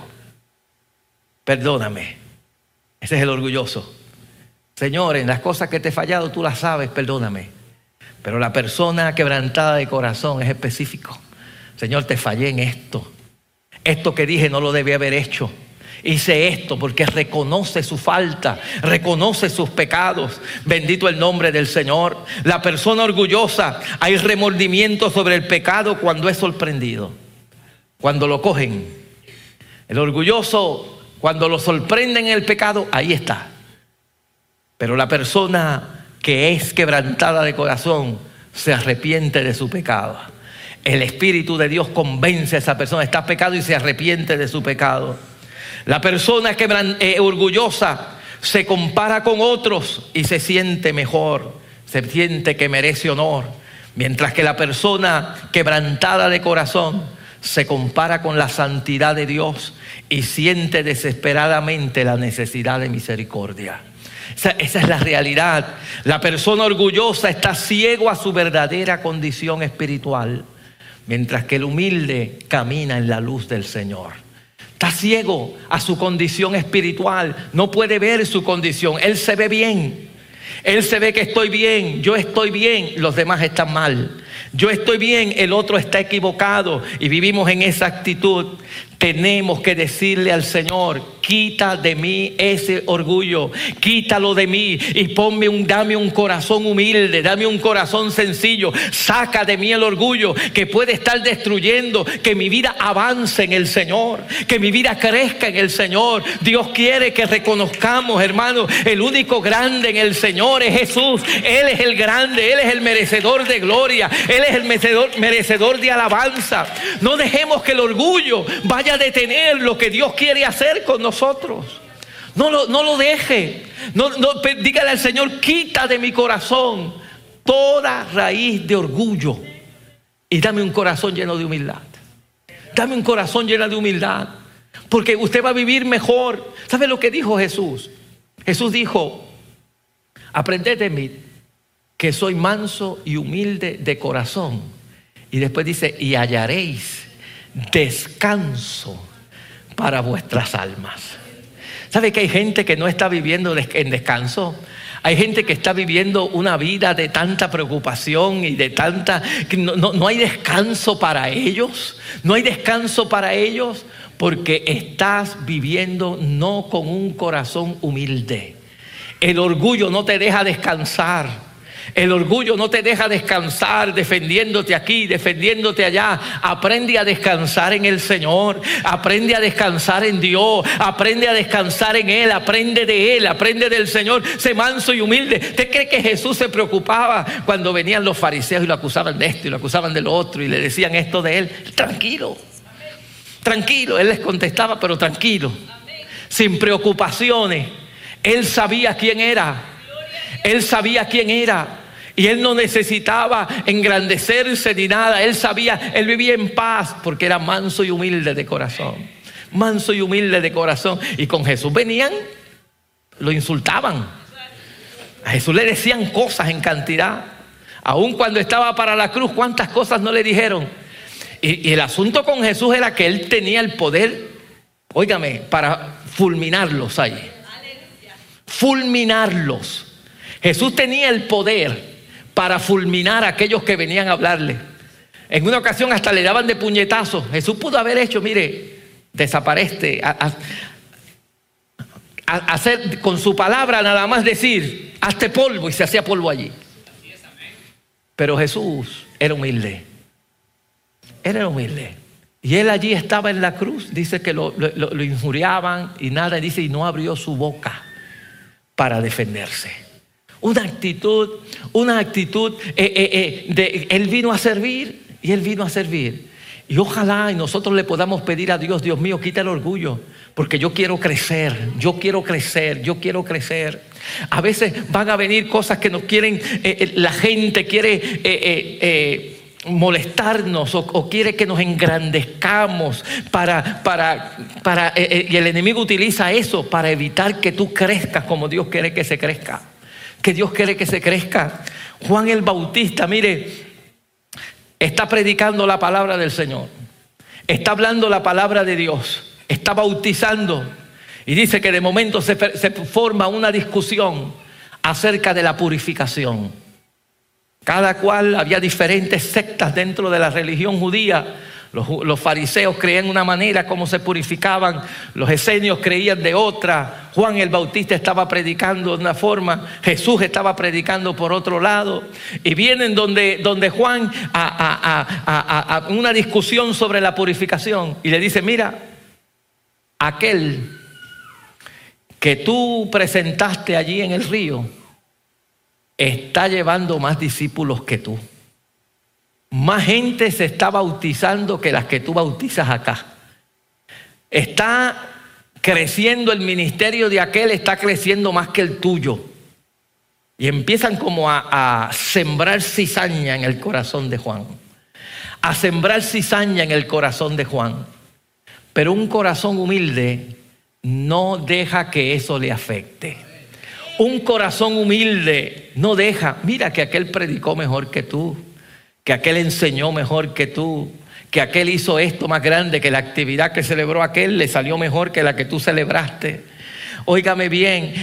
A: perdóname. Ese es el orgulloso. Señor, en las cosas que te he fallado, tú las sabes, perdóname. Pero la persona quebrantada de corazón es específico. Señor, te fallé en esto. Esto que dije no lo debí haber hecho. Hice esto porque reconoce su falta, reconoce sus pecados. Bendito el nombre del Señor. La persona orgullosa, hay remordimiento sobre el pecado cuando es sorprendido. Cuando lo cogen. El orgulloso Cuando lo sorprenden en el pecado, ahí está. Pero la persona que es quebrantada de corazón se arrepiente de su pecado. El Espíritu de Dios convence a esa persona, está pecado y se arrepiente de su pecado. La persona orgullosa se compara con otros y se siente mejor, se siente que merece honor. Mientras que la persona quebrantada de corazón se compara con la santidad de Dios y siente desesperadamente la necesidad de misericordia. Esa es la realidad. La persona orgullosa está ciego a su verdadera condición espiritual, mientras que el humilde camina en la luz del Señor. Está ciego a su condición espiritual, no puede ver su condición. Él se ve bien, él se ve que estoy bien, yo estoy bien, los demás están mal. Yo estoy bien, el otro está equivocado, y vivimos en esa actitud. Tenemos que decirle al Señor: quita de mí ese orgullo, quítalo de mí y dame un corazón humilde, dame un corazón sencillo. Saca de mí el orgullo que puede estar destruyendo que mi vida avance en el Señor, que mi vida crezca en el Señor. Dios quiere que reconozcamos, hermanos, el único grande en el Señor es Jesús. Él es el grande, Él es el merecedor de gloria, Él es el merecedor de alabanza. No dejemos que el orgullo vaya a detener lo que Dios quiere hacer con nosotros. No lo deje. Dígale al Señor: quita de mi corazón toda raíz de orgullo y dame un corazón lleno de humildad. Dame un corazón lleno de humildad, porque usted va a vivir mejor. ¿Sabe lo que dijo Jesús? Jesús dijo: aprended de mí, que soy manso y humilde de corazón. Y después dice: y hallaréis descanso para vuestras almas. ¿Sabe que hay gente que no está viviendo en descanso? Hay gente que está viviendo una vida de tanta preocupación y de tanta... No hay descanso para ellos. No hay descanso para ellos porque estás viviendo no con un corazón humilde. El orgullo no te deja descansar. El orgullo no te deja descansar defendiéndote aquí, defendiéndote allá. Aprende a descansar en el Señor. Aprende a descansar en Dios. Aprende a descansar en Él. Aprende de Él. Aprende del Señor. Sé manso y humilde. ¿Usted cree que Jesús se preocupaba cuando venían los fariseos y lo acusaban de esto y lo acusaban de lo otro y le decían esto de Él? Tranquilo. Tranquilo. Él les contestaba, pero tranquilo. Sin preocupaciones. Él sabía quién era. Él sabía quién era. Y Él no necesitaba engrandecerse ni nada. Él sabía, Él vivía en paz porque era manso y humilde de corazón. Manso y humilde de corazón. Y con Jesús venían, lo insultaban. A Jesús le decían cosas en cantidad. Aun cuando estaba para la cruz, ¿cuántas cosas no le dijeron? Y el asunto con Jesús era que Él tenía el poder, óigame, para fulminarlos ahí. Fulminarlos. Jesús tenía el poder para fulminar a aquellos que venían a hablarle. En una ocasión hasta le daban de puñetazos. Jesús pudo haber hecho, mire, desaparece, hacer con su palabra nada más decir, hazte polvo, y se hacía polvo allí. Pero Jesús era humilde. Él era humilde. Y Él allí estaba en la cruz. Dice que lo injuriaban y nada. Dice, y no abrió su boca para defenderse. Una actitud Él vino a servir y Él vino a servir. Y ojalá y nosotros le podamos pedir a Dios: Dios mío, quita el orgullo, porque yo quiero crecer, yo quiero crecer, yo quiero crecer. A veces van a venir cosas que nos quieren, la gente quiere molestarnos o quiere que nos engrandezcamos y el enemigo utiliza eso para evitar que tú crezcas como Dios quiere que se crezca. Que Dios quiere que se crezca. Juan el Bautista, mire, está predicando la palabra del Señor, está hablando la palabra de Dios, está bautizando, y dice que de momento se forma una discusión acerca de la purificación. Cada cual, había diferentes sectas dentro de la religión judía. Los fariseos creían una manera como se purificaban, los esenios creían de otra. Juan el Bautista estaba predicando de una forma, Jesús estaba predicando por otro lado, y vienen donde Juan a una discusión sobre la purificación, y le dice: mira, aquel que tú presentaste allí en el río está llevando más discípulos que tú. Más gente se está bautizando que las que tú bautizas acá. Está creciendo el ministerio de aquel, está creciendo más que el tuyo. Y empiezan como a sembrar cizaña en el corazón de Juan. A sembrar cizaña en el corazón de Juan. Pero un corazón humilde no deja que eso le afecte. Un corazón humilde no deja. Mira que aquel predicó mejor que tú, que aquel enseñó mejor que tú, que aquel hizo esto más grande, que la actividad que celebró aquel le salió mejor que la que tú celebraste. Óigame bien,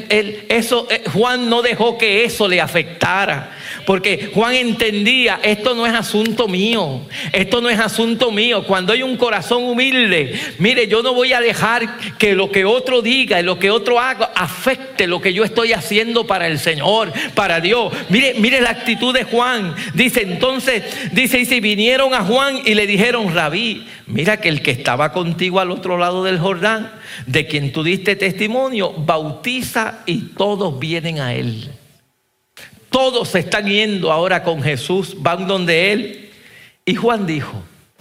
A: Juan no dejó que eso le afectara, porque Juan entendía, esto no es asunto mío, esto no es asunto mío. Cuando hay un corazón humilde, mire, yo no voy a dejar que lo que otro diga y lo que otro haga afecte lo que yo estoy haciendo para el Señor, para Dios. Mire la actitud de Juan. Dice entonces, dice, vinieron a Juan y le dijeron: Rabí, mira que el que estaba contigo al otro lado del Jordán, de quien tú diste testimonio, bautiza y todos vienen a él. Todos se están yendo ahora con Jesús, van donde él. Y Juan dijo: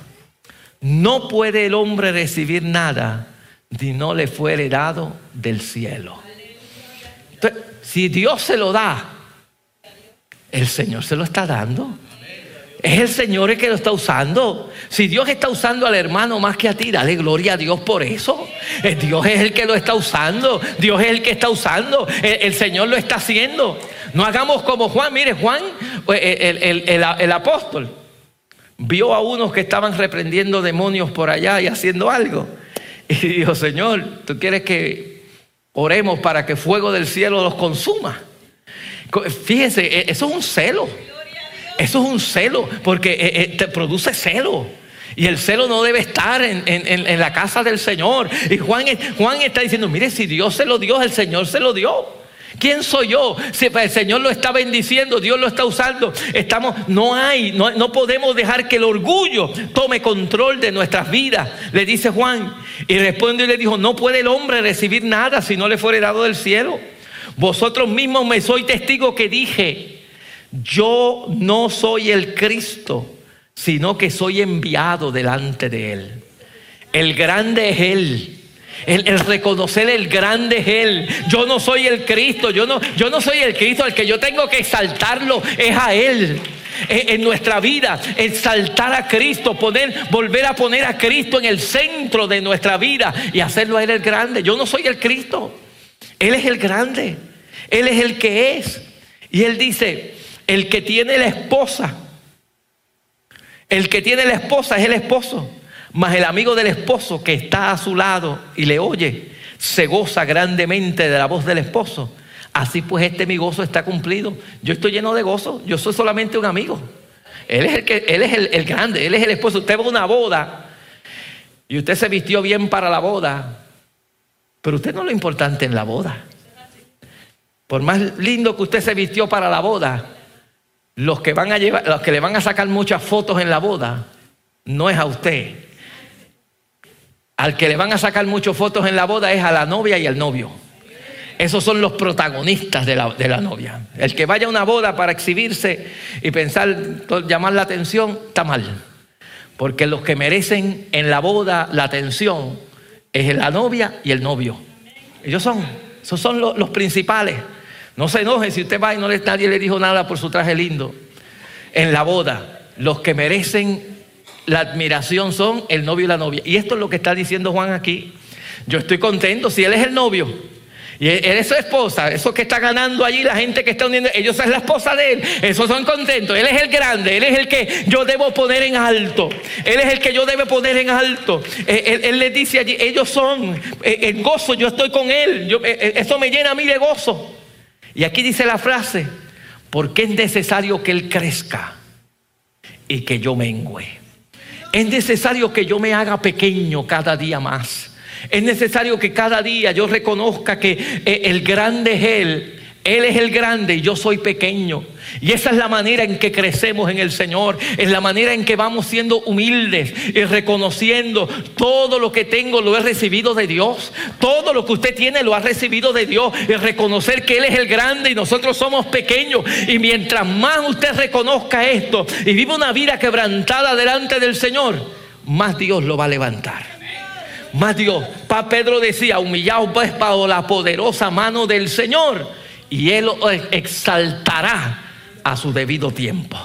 A: no puede el hombre recibir nada si no le fuere dado del cielo. Entonces, si Dios se lo da, el Señor se lo está dando. Es el Señor el que lo está usando. Si Dios está usando al hermano más que a ti, dale gloria a Dios por eso. Dios es el que lo está usando. Dios es el que está usando. El Señor lo está haciendo. No hagamos como Juan. Mire, Juan, el apóstol, vio a unos que estaban reprendiendo demonios por allá y haciendo algo. Y dijo: Señor, ¿tú quieres que oremos para que fuego del cielo los consuma? Fíjense, eso es un celo. Eso es un celo, porque te produce celo. Y el celo no debe estar en la casa del Señor. Y Juan está diciendo: mire, si Dios se lo dio, el Señor se lo dio. ¿Quién soy yo? Si el Señor lo está bendiciendo, Dios lo está usando. No podemos dejar que el orgullo tome control de nuestras vidas, le dice Juan. Y respondió y le dijo: no puede el hombre recibir nada si no le fuere dado del cielo. Vosotros mismos me sois testigo que dije: yo no soy el Cristo, sino que soy enviado delante de Él. El grande es Él. El reconocer el grande es Él. Yo no soy el Cristo. Yo no soy el Cristo. El que yo tengo que exaltarlo es a Él. En nuestra vida, exaltar a Cristo, volver a poner a Cristo en el centro de nuestra vida y hacerlo a Él el grande. Yo no soy el Cristo. Él es el grande. Él es el que es. Y Él dice: el que tiene la esposa es el esposo, mas el amigo del esposo que está a su lado y le oye, se goza grandemente de la voz del esposo. Así pues, mi gozo está cumplido. Yo estoy lleno de gozo. Yo soy solamente un amigo. Él es el grande, Él es el esposo. Usted va a una boda y usted se vistió bien para la boda, pero usted no es lo importante en la boda. Por más lindo que usted se vistió para la boda, los que le van a sacar muchas fotos en la boda, no es a usted. Al que le van a sacar muchas fotos en la boda es a la novia y al novio. Esos son los protagonistas de la novia. El que vaya a una boda para exhibirse y pensar llamar la atención, está mal. Porque los que merecen en la boda la atención es la novia y el novio. Esos son los principales. No se enoje si usted va y nadie le dijo nada por su traje lindo. En la boda, los que merecen la admiración son el novio y la novia. Y esto es lo que está diciendo Juan aquí. Yo estoy contento si él es el novio y él es su esposa. Eso que está ganando allí, la gente que está uniendo, ellos es la esposa de él. Esos son contentos. Él es el grande. Él es el que yo debo poner en alto. Él es el que yo debo poner en alto. Él les dice allí, ellos son el gozo. Yo estoy con él. Eso me llena a mí de gozo. Y aquí dice la frase: porque es necesario que Él crezca y que yo mengüe. Es necesario que yo me haga pequeño cada día más. Es necesario que cada día yo reconozca que el grande es Él, Él es el grande y yo soy pequeño. Y esa es la manera en que crecemos en el Señor. Es la manera en que vamos siendo humildes y reconociendo: todo lo que tengo lo he recibido de Dios. Todo lo que usted tiene lo ha recibido de Dios. Y reconocer que Él es el grande y nosotros somos pequeños. Y mientras más usted reconozca esto y vive una vida quebrantada delante del Señor, más Dios lo va a levantar. Más Dios. Pedro decía: humillaos pues bajo la poderosa mano del Señor, y Él os exaltará a su debido tiempo.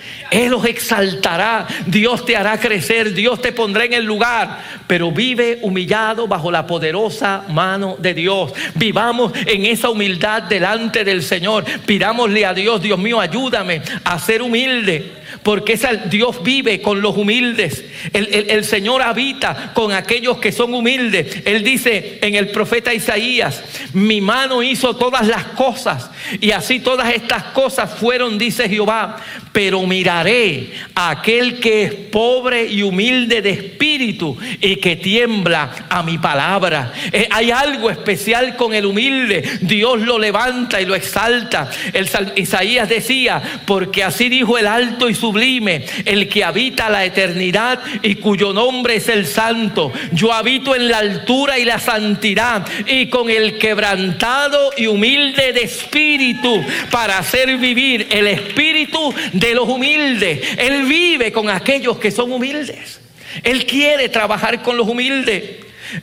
A: Él os exaltará. Dios te hará crecer. Dios te pondrá en el lugar. Pero vive humillado bajo la poderosa mano de Dios. Vivamos en esa humildad delante del Señor. Pidámosle a Dios: Dios mío, ayúdame a ser humilde. Porque Dios vive con los humildes. El Señor habita con aquellos que son humildes. Él dice en el profeta Isaías: mi mano hizo todas las cosas, y así todas estas cosas fueron, dice Jehová. Pero miraré a aquel que es pobre y humilde de espíritu y que tiembla a mi palabra. Hay algo especial con el humilde. Dios lo levanta y lo exalta. Isaías decía: porque así dijo el alto y sublime, el que habita la eternidad y cuyo nombre es el Santo. Yo habito en la altura y la santidad, y con el quebrantado y humilde de espíritu, para hacer vivir el espíritu de los humildes. Él vive con aquellos que son humildes. Él quiere trabajar con los humildes.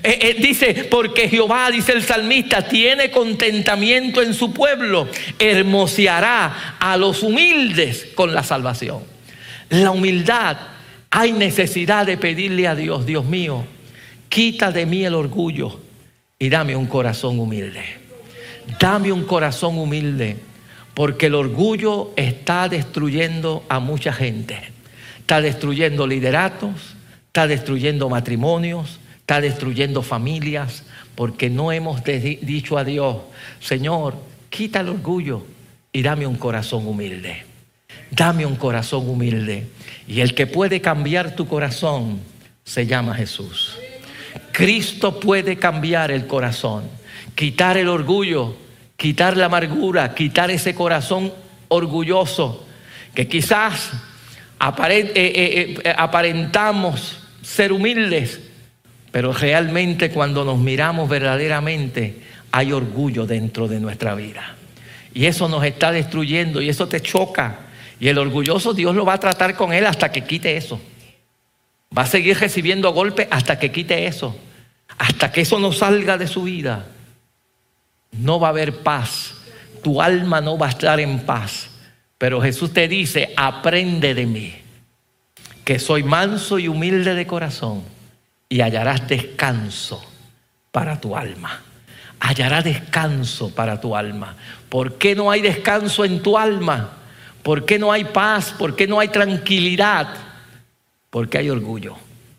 A: Dice: porque Jehová, dice el salmista, tiene contentamiento en su pueblo, hermoseará a los humildes con la salvación. La humildad, hay necesidad de pedirle a Dios: Dios mío, quita de mí el orgullo y dame un corazón humilde. Dame un corazón humilde, porque el orgullo está destruyendo a mucha gente. Está destruyendo lideratos, está destruyendo matrimonios, está destruyendo familias, porque no hemos dicho a Dios: Señor, quita el orgullo y dame un corazón humilde. Dame un corazón humilde. Y el que puede cambiar tu corazón se llama Jesús. Cristo puede cambiar el corazón, quitar el orgullo, quitar la amargura, quitar ese corazón orgulloso que quizás aparentamos ser humildes, pero realmente cuando nos miramos verdaderamente hay orgullo dentro de nuestra vida. Y eso nos está destruyendo, y eso te choca. Y el orgulloso, Dios lo va a tratar con él hasta que quite eso. Va a seguir recibiendo golpes hasta que quite eso. Hasta que eso no salga de su vida, no va a haber paz. Tu alma no va a estar en paz. Pero Jesús te dice: aprende de mí, que soy manso y humilde de corazón, y hallarás descanso para tu alma. Hallarás descanso para tu alma. ¿Por qué no hay descanso en tu alma? ¿Por qué no hay paz? ¿Por qué no hay tranquilidad? Porque hay orgullo.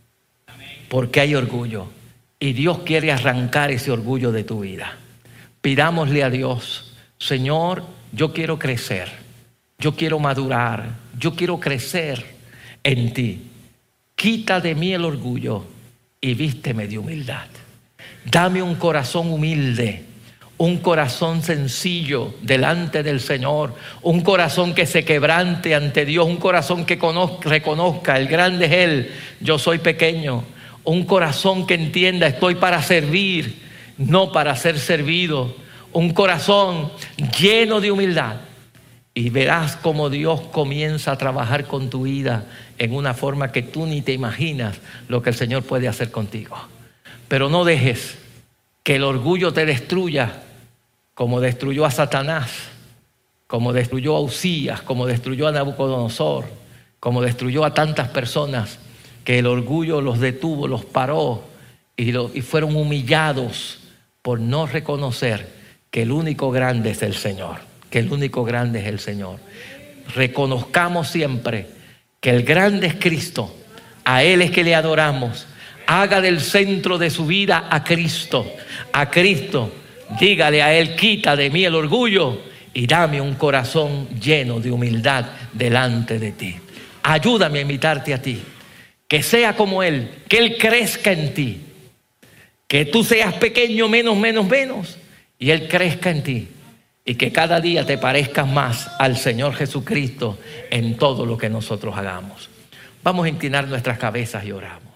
A: Porque hay orgullo. Y Dios quiere arrancar ese orgullo de tu vida. Pidámosle a Dios: Señor, yo quiero crecer. Yo quiero madurar. Yo quiero crecer en ti. Quita de mí el orgullo y vísteme de humildad. Dame un corazón humilde, un corazón sencillo delante del Señor, un corazón que se quebrante ante Dios, un corazón que reconozca: el grande es Él, yo soy pequeño. Un corazón que entienda: estoy para servir, no para ser servido. Un corazón lleno de humildad. Y verás cómo Dios comienza a trabajar con tu vida en una forma que tú ni te imaginas lo que el Señor puede hacer contigo. Pero no dejes que el orgullo te destruya, como destruyó a Satanás, como destruyó a Usías, como destruyó a Nabucodonosor, como destruyó a tantas personas, que el orgullo los detuvo, los paró y fueron humillados por no reconocer que el único grande es el Señor, que el único grande es el Señor. Reconozcamos siempre que el grande es Cristo, a Él es que le adoramos. Haga del centro de su vida a Cristo, a Cristo. Dígale a Él: quita de mí el orgullo y dame un corazón lleno de humildad delante de ti. Ayúdame a imitarte a ti, que sea como Él, que Él crezca en ti, que tú seas pequeño, menos, y Él crezca en ti. y que cada día te parezcas más al Señor Jesucristo en todo lo que nosotros hagamos. Vamos a inclinar nuestras cabezas y oramos.